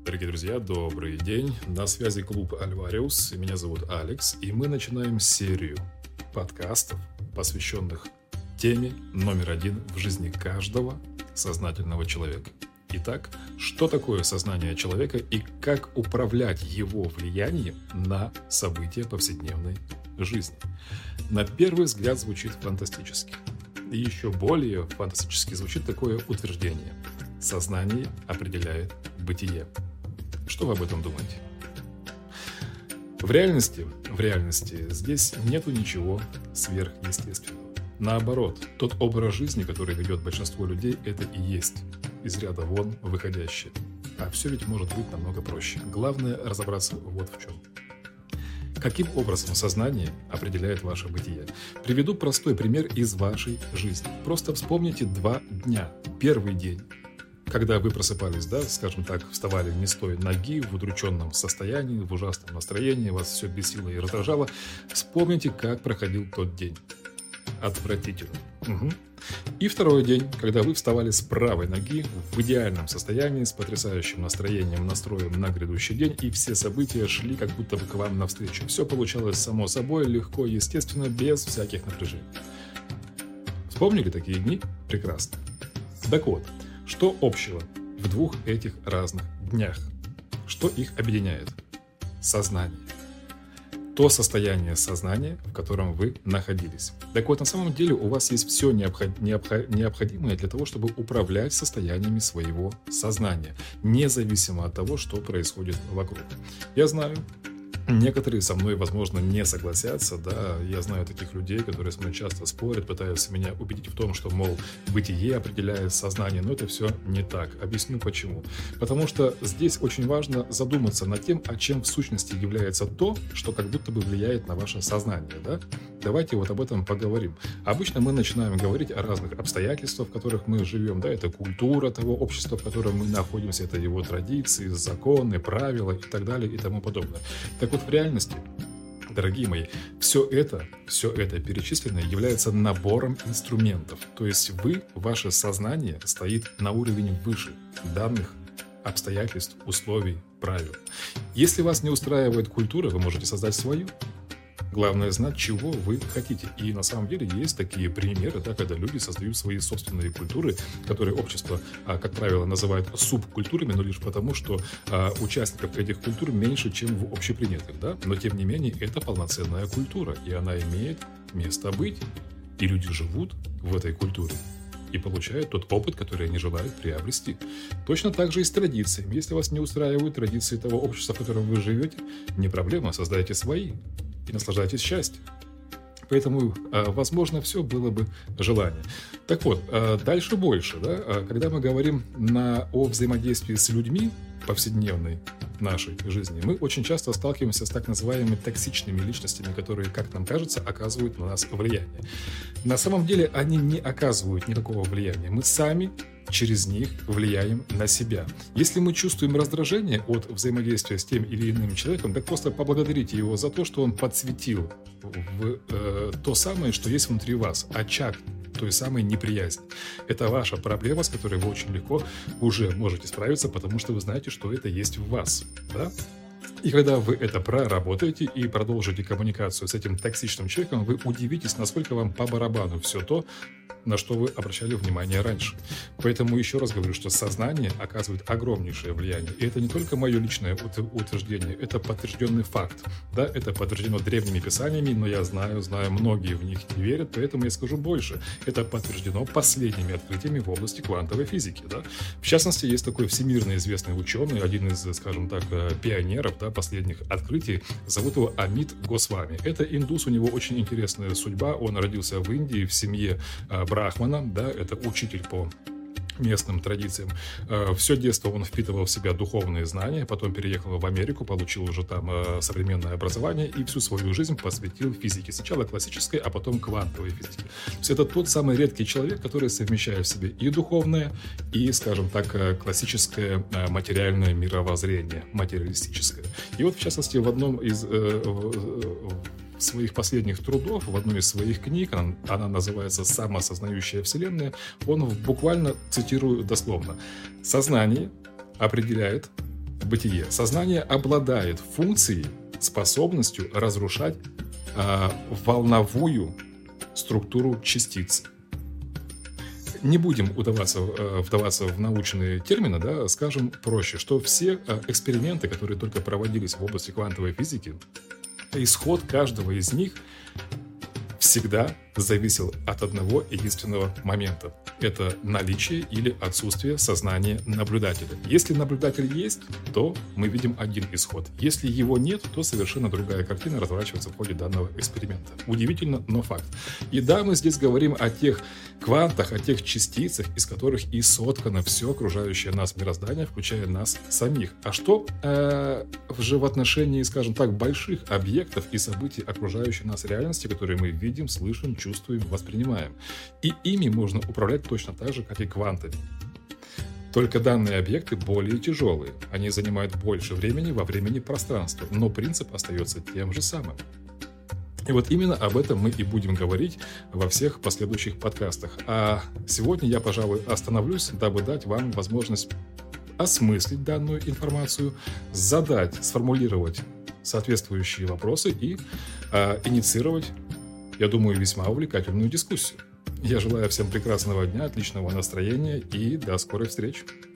Дорогие друзья, добрый день. На связи клуб Альвариус. Меня зовут Алекс. И мы начинаем серию подкастов, посвященных теме номер один в жизни каждого сознательного человека. Итак, что такое сознание человека и как управлять его влиянием на события повседневной жизни? На первый взгляд звучит фантастически. И еще более фантастически звучит такое утверждение. Сознание определяет бытие. Что вы об этом думаете? В реальности здесь нету ничего сверхъестественного. Наоборот, тот образ жизни, который ведет большинство людей, это и есть из ряда вон выходящее. А все ведь может быть намного проще. Главное разобраться вот в чем. Каким образом сознание определяет ваше бытие? Приведу простой пример из вашей жизни. Просто вспомните 2 дня. Первый день, когда вы просыпались, скажем так, вставали не с той ноги, в удрученном состоянии, в ужасном настроении, вас все бесило и раздражало. Вспомните, как проходил тот день. Отвратительно. И второй день, когда вы вставали с правой ноги в идеальном состоянии, с потрясающим настроением, настроем на грядущий день, и все события шли как будто бы к вам навстречу. Все получалось само собой, легко, естественно, без всяких напряжений. Вспомнили такие дни? Прекрасно. Так вот, что общего в 2 этих разных днях? Что их объединяет? Сознание. То состояние сознания, в котором вы находились. Так вот, на самом деле у вас есть все необходимое для того, чтобы управлять состояниями своего сознания, независимо от того, что происходит вокруг. Я знаю, некоторые со мной, возможно, не согласятся, я знаю таких людей, которые со мной часто спорят, пытаются меня убедить в том, что, мол, бытие определяет сознание, но это все не так. Объясню почему. Потому что здесь очень важно задуматься над тем, а чем в сущности является то, что как будто бы влияет на ваше сознание, Давайте вот об этом поговорим. Обычно мы начинаем говорить о разных обстоятельствах, в которых мы живем, это культура того общества, в котором мы находимся, это его традиции, законы, правила и так далее и тому подобное. Так вот, в реальности, дорогие мои, все это перечисленное является набором инструментов. То есть ваше сознание стоит на уровень выше данных обстоятельств, условий, правил. Если вас не устраивает культура, вы можете создать свою. Главное знать, чего вы хотите. И на самом деле есть такие примеры, когда люди создают свои собственные культуры, которые общество, как правило, называет субкультурами, но лишь потому, что участников этих культур меньше, чем в общепринятых. Но тем не менее, это полноценная культура, и она имеет место быть. И люди живут в этой культуре и получают тот опыт, который они желают приобрести. Точно так же и с традициями. Если вас не устраивают традиции того общества, в котором вы живете, не проблема, создайте свои. И наслаждайтесь счастьем. Поэтому, возможно, все было бы желание. Так вот, дальше больше. Когда мы говорим о взаимодействии с людьми повседневной нашей жизни, мы очень часто сталкиваемся с так называемыми токсичными личностями, которые, как нам кажется, оказывают на нас влияние. На самом деле они не оказывают никакого влияния. Мы сами через них влияем на себя. Если мы чувствуем раздражение от взаимодействия с тем или иным человеком, так просто поблагодарите его за то, что он подсветил то самое, что есть внутри вас, очаг той самой неприязни. Это ваша проблема, с которой вы очень легко уже можете справиться, потому что вы знаете, что это есть в вас. И когда вы это проработаете и продолжите коммуникацию с этим токсичным человеком, вы удивитесь, насколько вам по барабану все то, на что вы обращали внимание раньше. Поэтому еще раз говорю, что сознание оказывает огромнейшее влияние. И это не только мое личное утверждение, это подтвержденный факт. Это подтверждено древними писаниями, но я знаю, многие в них не верят, поэтому я скажу больше. Это подтверждено последними открытиями в области квантовой физики. В частности, есть такой всемирно известный ученый, один из, скажем так, пионеров последних открытий, зовут его Amit Goswami. Это индус, у него очень интересная судьба, он родился в Индии в семье брахмана, это учитель по местным традициям. Все детство он впитывал в себя духовные знания, потом переехал в Америку, получил уже там современное образование и всю свою жизнь посвятил физике. Сначала классической, а потом квантовой физике. То есть это тот самый редкий человек, который совмещает в себе и духовное, и, скажем так, классическое материальное мировоззрение, материалистическое. И вот, в частности, в одном из своих последних трудов, в одной из своих книг, она называется «Самоосознающая Вселенная», он буквально, цитирую дословно, «Сознание определяет бытие. Сознание обладает функцией, способностью разрушать волновую структуру частицы. Не будем вдаваться в научные термины, да, скажем проще, что все эксперименты, которые только проводились в области квантовой физики, исход каждого из них всегда зависел от одного единственного момента. Это наличие или отсутствие сознания наблюдателя. Если наблюдатель есть, то мы видим один исход. Если его нет, то совершенно другая картина разворачивается в ходе данного эксперимента. Удивительно, но факт. И да, мы здесь говорим о тех квантах, о тех частицах, из которых и соткано все окружающее нас мироздание, включая нас самих. А что же в отношении, скажем так, больших объектов и событий окружающей нас реальности, которые мы видим, слышим, чувствуем, воспринимаем? И ими можно управлять точно так же, как и квантами. Только данные объекты более тяжелые. Они занимают больше времени во времени пространства, но принцип остается тем же самым. И вот именно об этом мы и будем говорить во всех последующих подкастах. А сегодня я, пожалуй, остановлюсь, дабы дать вам возможность осмыслить данную информацию, сформулировать соответствующие вопросы и инициировать, я думаю, весьма увлекательную дискуссию. Я желаю всем прекрасного дня, отличного настроения и до скорой встречи.